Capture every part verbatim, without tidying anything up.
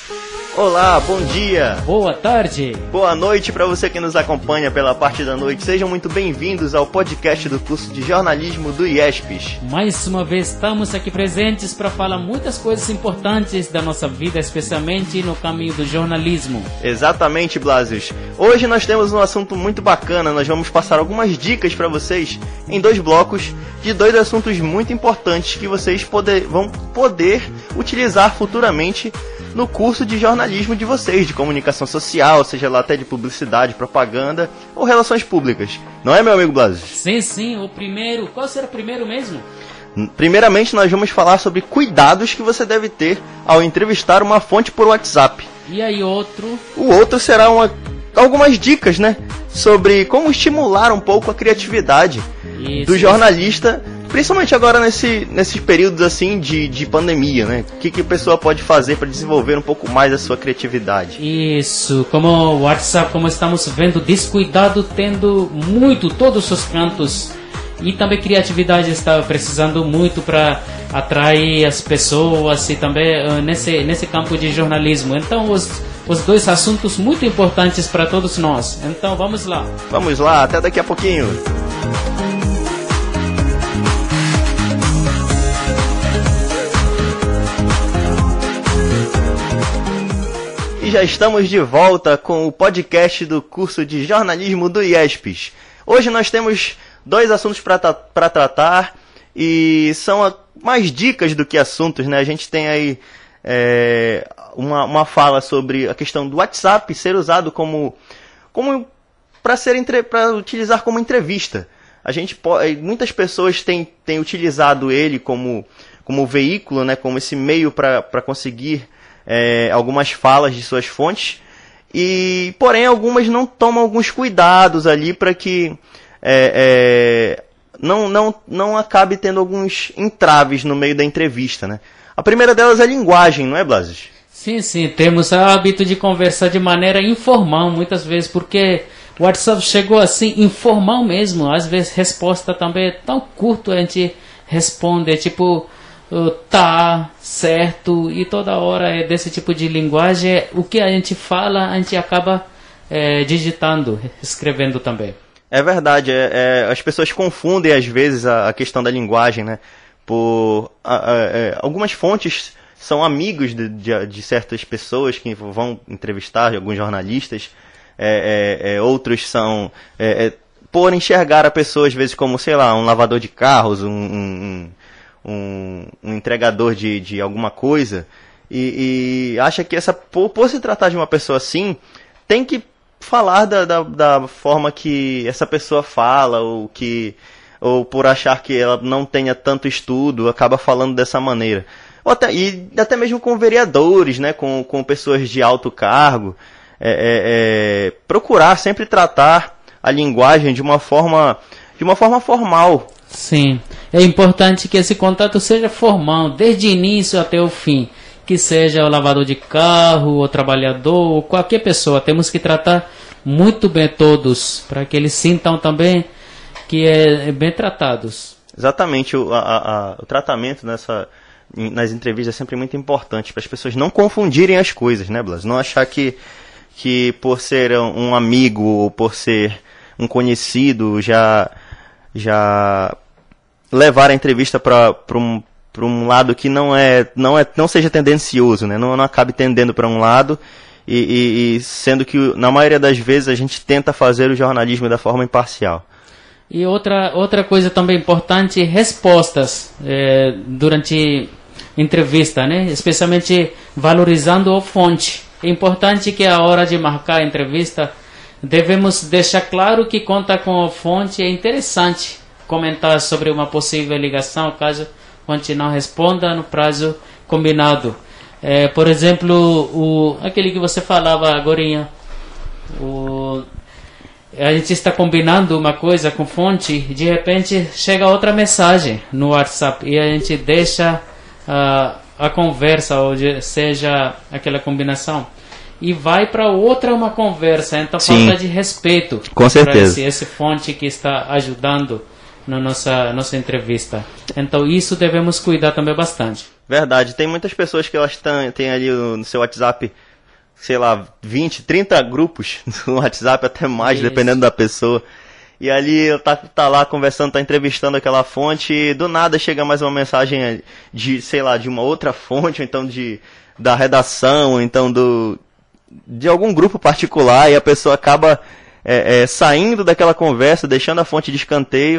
Olá, bom dia, boa tarde, boa noite para você que nos acompanha pela parte da noite. Sejam muito bem-vindos ao podcast do curso de jornalismo do IESPES. Mais uma vez estamos aqui presentes para falar muitas coisas importantes da nossa vida, especialmente no caminho do jornalismo. Exatamente, Blasius. Hoje nós temos um assunto muito bacana. Nós vamos passar algumas dicas para vocês em dois blocos de dois assuntos muito importantes que vocês poder, vão poder utilizar futuramente no curso de jornalismo de vocês, de comunicação social, seja lá até de publicidade, propaganda ou relações públicas. Não é, meu amigo Blasius? Sim, sim. O primeiro... Qual será o primeiro mesmo? Primeiramente, nós vamos falar sobre cuidados que você deve ter ao entrevistar uma fonte por WhatsApp. E aí outro? O outro será uma, algumas dicas, né? Sobre como estimular um pouco a criatividade Isso. do jornalista, principalmente agora nesse, nesses períodos assim de, de pandemia, né? O que, que a pessoa pode fazer para desenvolver um pouco mais a sua criatividade? Isso, como o WhatsApp, como estamos vendo, descuidado, tendo muito, todos os cantos. E também criatividade está precisando muito para atrair as pessoas e também uh, nesse, nesse campo de jornalismo. Então, os, os dois assuntos muito importantes para todos nós. Então, vamos lá. Vamos lá, até daqui a pouquinho. E já estamos de volta com o podcast do curso de jornalismo do IESPES. Hoje nós temos dois assuntos para tra- tratar e são a, mais dicas do que assuntos, né? A gente tem aí é, uma, uma fala sobre a questão do WhatsApp ser usado como, como para ser entre, para utilizar como entrevista. A gente pode, muitas pessoas têm, têm utilizado ele como, como veículo, né? Como esse meio para conseguir É, algumas falas de suas fontes, e porém algumas não tomam alguns cuidados ali para que é, é, não, não, não acabe tendo alguns entraves no meio da entrevista, né? A primeira delas é a linguagem, não é, Blasius? Sim, sim, temos o hábito de conversar de maneira informal muitas vezes, porque o WhatsApp chegou assim, informal mesmo. Às vezes resposta também é tão curta, a gente responde, é tipo Uh, tá, certo, e toda hora é desse tipo de linguagem. O que a gente fala, a gente acaba é, digitando, escrevendo também. É verdade, é, é, as pessoas confundem às vezes a, a questão da linguagem, né? Por a, a, a, algumas fontes são amigos de, de, de certas pessoas que vão entrevistar, alguns jornalistas, é, é, é, outros são é, é, por enxergar a pessoa às vezes como, sei lá, um lavador de carros, um, um Um, um entregador de, de alguma coisa, e, e acha que essa, por, por se tratar de uma pessoa assim, tem que falar da, da, da forma que essa pessoa fala, ou, que, ou por achar que ela não tenha tanto estudo, acaba falando dessa maneira. Ou até, e até mesmo com vereadores, né, com, com pessoas de alto cargo, é, é, é, procurar sempre tratar a linguagem de uma forma, de uma forma formal. Sim, é importante que esse contato seja formal, desde o início até o fim. Que seja o lavador de carro, o trabalhador, ou qualquer pessoa. Temos que tratar muito bem todos, para que eles sintam também que é, é bem tratados. Exatamente, o, a, a, o tratamento nessa, nas entrevistas é sempre muito importante, para as pessoas não confundirem as coisas, né, Blas? Não achar que, que por ser um amigo ou por ser um conhecido já... já levar a entrevista para um, um lado que não é, não é não seja tendencioso, né? Não, não acabe tendendo para um lado e, e, e sendo que na maioria das vezes a gente tenta fazer o jornalismo da forma imparcial. E outra, outra coisa também importante, respostas é, durante entrevista, né? Especialmente valorizando a fonte. É importante que a hora de marcar a entrevista devemos deixar claro que conta com a fonte. É interessante comentar sobre uma possível ligação, caso a fonte não responda no prazo combinado. É, por exemplo, o, aquele que você falava agorinha, o, a gente está combinando uma coisa com fonte, de repente chega outra mensagem no WhatsApp e a gente deixa uh, a conversa, ou seja, aquela combinação, e vai para outra uma conversa. Então, Sim, falta de respeito com certeza. Esse, esse fonte que está ajudando na nossa, nossa entrevista. Então, isso devemos cuidar também bastante. Verdade, tem muitas pessoas que elas tão, têm ali no seu WhatsApp, sei lá, vinte, trinta grupos no WhatsApp, até mais, Isso. dependendo da pessoa. E ali tá, tá lá conversando, tá entrevistando aquela fonte, e do nada chega mais uma mensagem de, sei lá, de uma outra fonte, ou então de, da redação, ou então do, de algum grupo particular, e a pessoa acaba é, é, saindo daquela conversa, deixando a fonte de escanteio,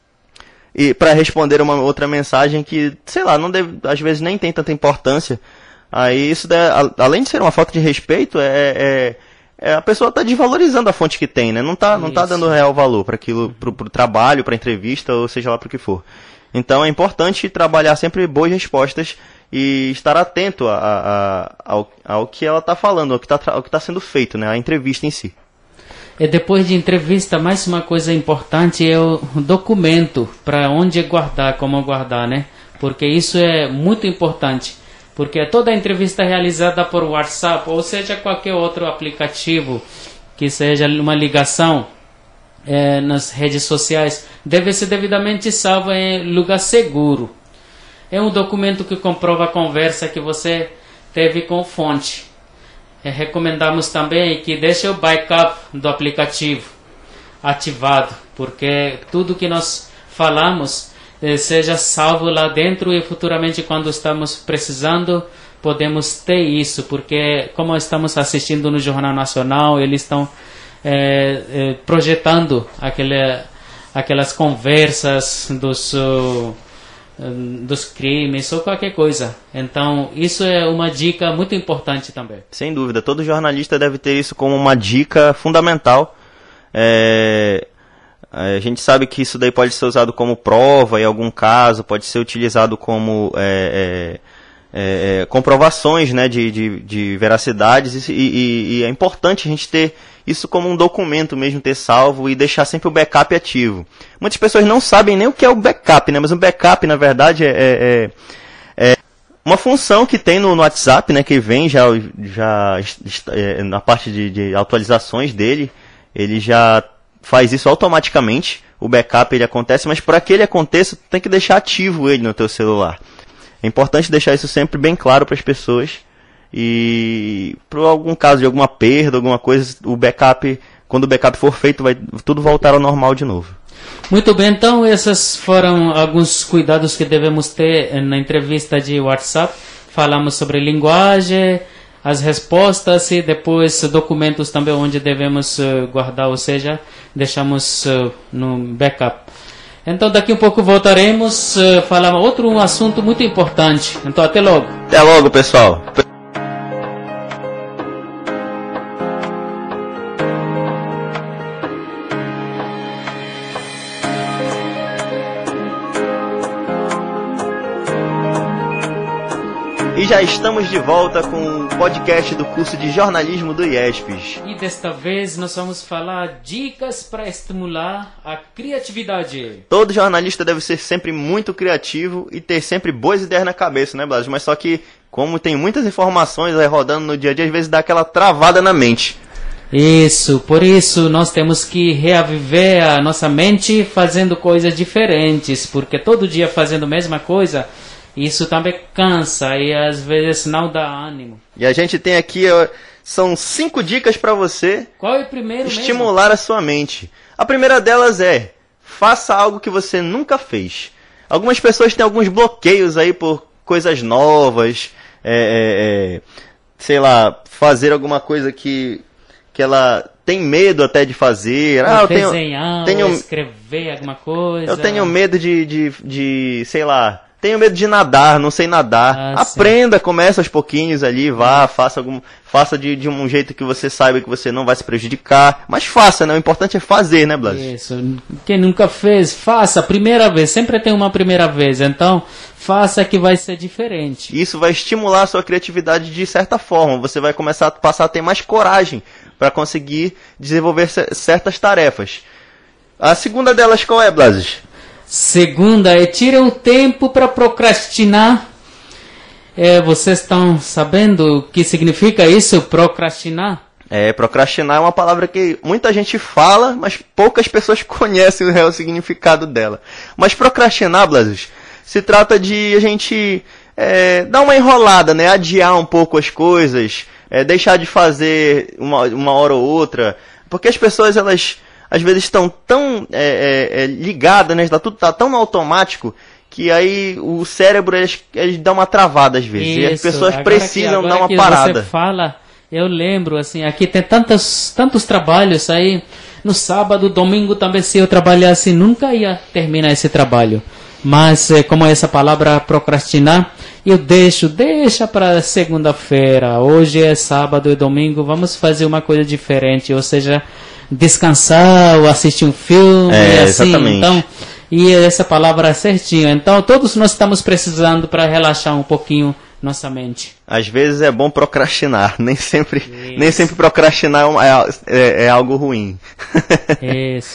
e para responder uma outra mensagem que, sei lá, não deve, às vezes nem tem tanta importância. Aí isso, deve, além de ser uma falta de respeito, é, é, é a pessoa está desvalorizando a fonte que tem, né? Não está não tá dando real valor para aquilo, pro, pro trabalho, para entrevista, ou seja lá para o que for. Então é importante trabalhar sempre boas respostas e estar atento a, a, a, ao, ao que ela está falando, ao que está ao que tá sendo feito, né? A entrevista em si. E depois de entrevista, mais uma coisa importante é o documento, para onde guardar, como guardar, né? Porque isso é muito importante, porque toda entrevista realizada por WhatsApp, ou seja, qualquer outro aplicativo, que seja uma ligação é, nas redes sociais, deve ser devidamente salvo em lugar seguro. É um documento que comprova a conversa que você teve com fonte. É, recomendamos também que deixe o backup do aplicativo ativado, porque tudo que nós falamos eh, seja salvo lá dentro e futuramente, quando estamos precisando, podemos ter isso, porque como estamos assistindo no Jornal Nacional, eles estão eh, eh, projetando aquele, aquelas conversas dos... Uh, dos crimes ou qualquer coisa. Então, isso é uma dica muito importante também. Sem dúvida, todo jornalista deve ter isso como uma dica fundamental. É, a gente sabe que isso daí pode ser usado como prova em algum caso, pode ser utilizado como é, é, é, comprovações, né, de, de, de veracidades, e, e, e é importante a gente ter isso como um documento mesmo, ter salvo e deixar sempre o backup ativo. Muitas pessoas não sabem nem o que é o backup, né? Mas o backup, na verdade, é, é, é uma função que tem no, no WhatsApp, né? Que vem já, já é, na parte de, de atualizações dele, ele já faz isso automaticamente. O backup ele acontece, mas para que ele aconteça, tem que deixar ativo ele no teu celular. É importante deixar isso sempre bem claro para as pessoas. E por algum caso de alguma perda, alguma coisa, o backup, quando o backup for feito, vai tudo voltar ao normal de novo. Muito bem, então esses foram alguns cuidados que devemos ter na entrevista de WhatsApp. Falamos sobre linguagem, as respostas e depois documentos também onde devemos guardar, ou seja, deixamos no backup. Então daqui um pouco voltaremos a falar outro assunto muito importante. Então até logo. Até logo, pessoal. E já estamos de volta com o podcast do curso de jornalismo do IESPES. E desta vez nós vamos falar dicas para estimular a criatividade. Todo jornalista deve ser sempre muito criativo e ter sempre boas ideias na cabeça, né, Blas? Mas só que, como tem muitas informações aí rodando no dia a dia, às vezes dá aquela travada na mente. Isso, por isso nós temos que reaviver a nossa mente fazendo coisas diferentes, porque todo dia fazendo a mesma coisa, isso também cansa e às vezes não dá ânimo. E a gente tem aqui, são cinco dicas para você. Qual é o primeiro estimular mesmo? a sua mente. A primeira delas é, faça algo que você nunca fez. Algumas pessoas têm alguns bloqueios aí por coisas novas, é, é, sei lá, fazer alguma coisa que, que ela tem medo até de fazer. Ah, eu desenhar, tenho, tenho, escrever alguma coisa. Eu tenho medo de, de, de sei lá... Tenho medo de nadar, não sei nadar. Ah, Aprenda, sim. Comece aos pouquinhos ali, vá, faça, algum, faça de, de um jeito que você saiba que você não vai se prejudicar. Mas faça, né? O importante é fazer, né, Blas? Isso. Quem nunca fez, faça. Primeira vez. Sempre tem uma primeira vez. Então, faça que vai ser diferente. Isso vai estimular a sua criatividade de certa forma. Você vai começar a passar a ter mais coragem para conseguir desenvolver certas tarefas. A segunda delas qual é, Blas? Segunda é tire um tempo para procrastinar. É, vocês estão sabendo o que significa isso, procrastinar? É, procrastinar é uma palavra que muita gente fala, mas poucas pessoas conhecem o real significado dela. Mas procrastinar, Blasis, se trata de a gente é, dar uma enrolada, né? Adiar um pouco as coisas, é, deixar de fazer uma, uma hora ou outra, porque as pessoas, elas, às vezes estão tão é, é, ligadas, né? Tá tudo tá tão no automático, que aí o cérebro, eles, eles dão uma travada às vezes, Isso. e as pessoas agora precisam que, dar uma que parada. Você fala, eu lembro, assim, aqui tem tantos, tantos trabalhos aí, no sábado, domingo também, se eu trabalhasse, nunca ia terminar esse trabalho. Mas, como essa palavra procrastinar, eu deixo, deixa para segunda-feira, hoje é sábado e domingo, vamos fazer uma coisa diferente, ou seja, descansar, ou assistir um filme, é, assim, exatamente. Então, e essa palavra certinho, então todos nós estamos precisando para relaxar um pouquinho nossa mente. Às vezes é bom procrastinar, nem sempre, nem sempre procrastinar é, é, é algo ruim. Isso.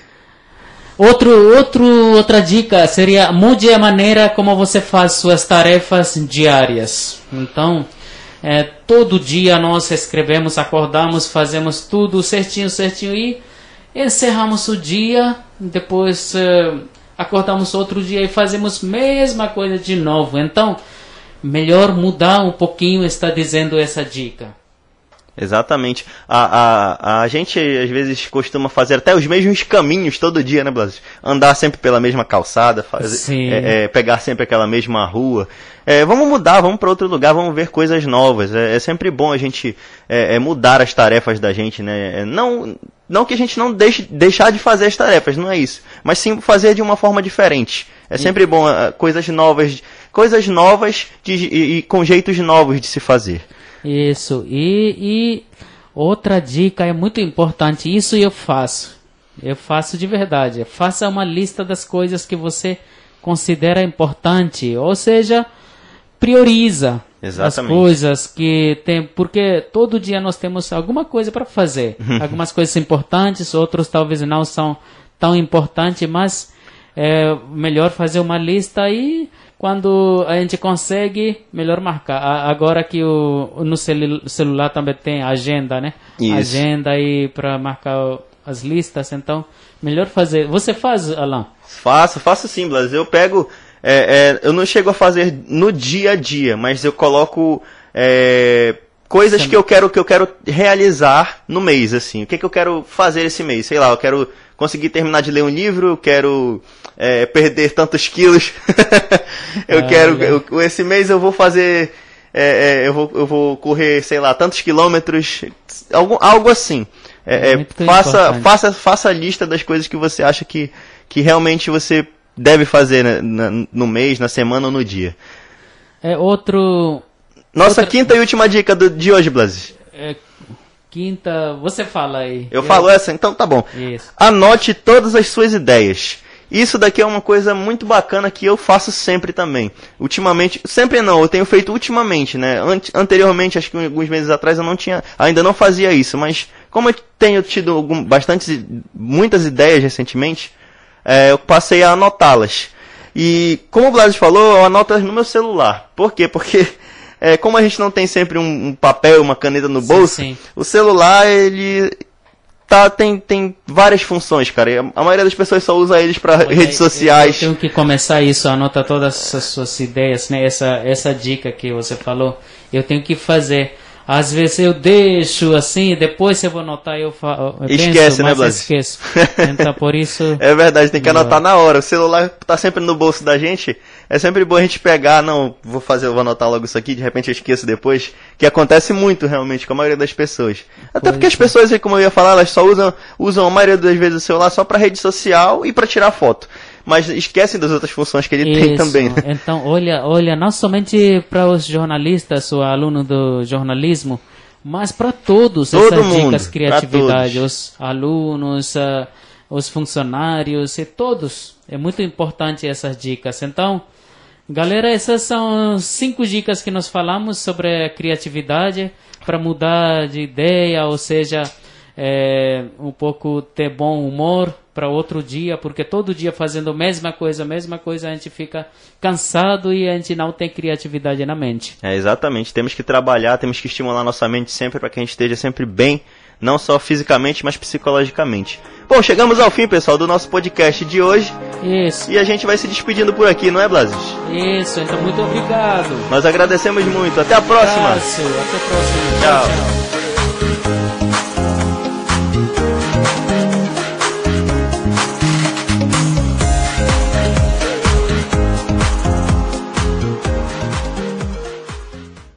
Outro, outro, outra dica seria mude a maneira como você faz suas tarefas diárias. Então, é, todo dia nós escrevemos, acordamos, fazemos tudo certinho, certinho e encerramos o dia, depois é, acordamos outro dia e fazemos a mesma coisa de novo. Então, melhor mudar um pouquinho, está dizendo essa dica. Exatamente. A, a, a gente, às vezes, costuma fazer até os mesmos caminhos todo dia, né, Blas? Andar sempre pela mesma calçada, fazer, é, é, pegar sempre aquela mesma rua. É, vamos mudar, vamos para outro lugar, vamos ver coisas novas. É, é sempre bom a gente é, é mudar as tarefas da gente, né? Não, não que a gente não deixe deixar de fazer as tarefas, não é isso. Mas sim fazer de uma forma diferente. É sempre bom uh, coisas novas, coisas novas de, e, e com jeitos novos de se fazer. Isso, e, e outra dica é muito importante, isso eu faço, eu faço de verdade, faça uma lista das coisas que você considera importante, ou seja, prioriza Exatamente. as coisas que tem, porque todo dia nós temos alguma coisa para fazer, algumas coisas importantes, outros talvez não são tão importantes, mas é melhor fazer uma lista e quando a gente consegue, melhor marcar. Agora que o, no celu, celular também tem agenda, né? Isso. Agenda aí para marcar as listas, então melhor fazer. Você faz, Alan? Faço, faço sim, Blas. Eu pego, é, é, eu não chego a fazer no dia a dia, mas eu coloco é, coisas Sem... que eu quero que eu quero realizar no mês, assim. O que, que eu quero fazer esse mês? Sei lá, eu quero conseguir terminar de ler um livro, eu quero é, perder tantos quilos. eu ah, quero, eu, esse mês eu vou fazer, é, é, eu, vou, eu vou correr, sei lá, tantos quilômetros, algo, algo assim. É, é, faça, faça, faça a lista das coisas que você acha que, que realmente você deve fazer, né, na, no mês, na semana ou no dia. É outro... Nossa outra... quinta e última dica do, de hoje, Blas. É... Quinta, você fala aí. Eu, eu falo essa? Então tá bom. Isso. Anote todas as suas ideias. Isso daqui é uma coisa muito bacana que eu faço sempre também. Ultimamente, sempre não, eu tenho feito ultimamente, né? Ante, anteriormente, acho que alguns meses atrás eu não tinha, ainda não fazia isso, mas como eu tenho tido algum, bastantes, muitas ideias recentemente, é, eu passei a anotá-las. E como o Blas falou, eu anoto no meu celular. Por quê? Porque É, como a gente não tem sempre um, um papel, uma caneta no bolso, sim, sim. O celular, ele tá, tem, tem várias funções, cara. E a, a maioria das pessoas só usa eles para redes sociais. Eu tenho que começar isso, anota todas as suas ideias, né? Essa, essa dica que você falou, eu tenho que fazer. Às vezes eu deixo assim, depois eu vou anotar e eu, fa- eu Esquece, penso, né, mas Blas? esqueço. Então, por isso... É verdade, tem que anotar na hora. O celular tá sempre no bolso da gente. É sempre bom a gente pegar, não, vou fazer, vou anotar logo isso aqui, de repente eu esqueço depois. Que acontece muito, realmente, com a maioria das pessoas. Até pois porque é. As pessoas, como eu ia falar, elas só usam, usam a maioria das vezes o celular só pra rede social e pra tirar foto. Mas esquecem das outras funções que ele Isso. tem também. Né? Então, olha, olha, não somente para os jornalistas ou alunos do jornalismo, mas para todos Todo essas mundo, dicas de criatividade, os alunos, uh, os funcionários e todos. É muito importante essas dicas. Então, galera, essas são cinco dicas que nós falamos sobre a criatividade para mudar de ideia, ou seja, é, um pouco ter bom humor para outro dia, porque todo dia fazendo a mesma coisa, a mesma coisa, a gente fica cansado e a gente não tem criatividade na mente. É, exatamente. Temos que trabalhar, temos que estimular nossa mente sempre para que a gente esteja sempre bem, não só fisicamente, mas psicologicamente. Bom, chegamos ao fim, pessoal, do nosso podcast de hoje. Isso. E a gente vai se despedindo por aqui, não é, Blasis? Isso, então muito obrigado. Nós agradecemos muito. Até a próxima. Abraço, até a próxima. Tchau. Tchau.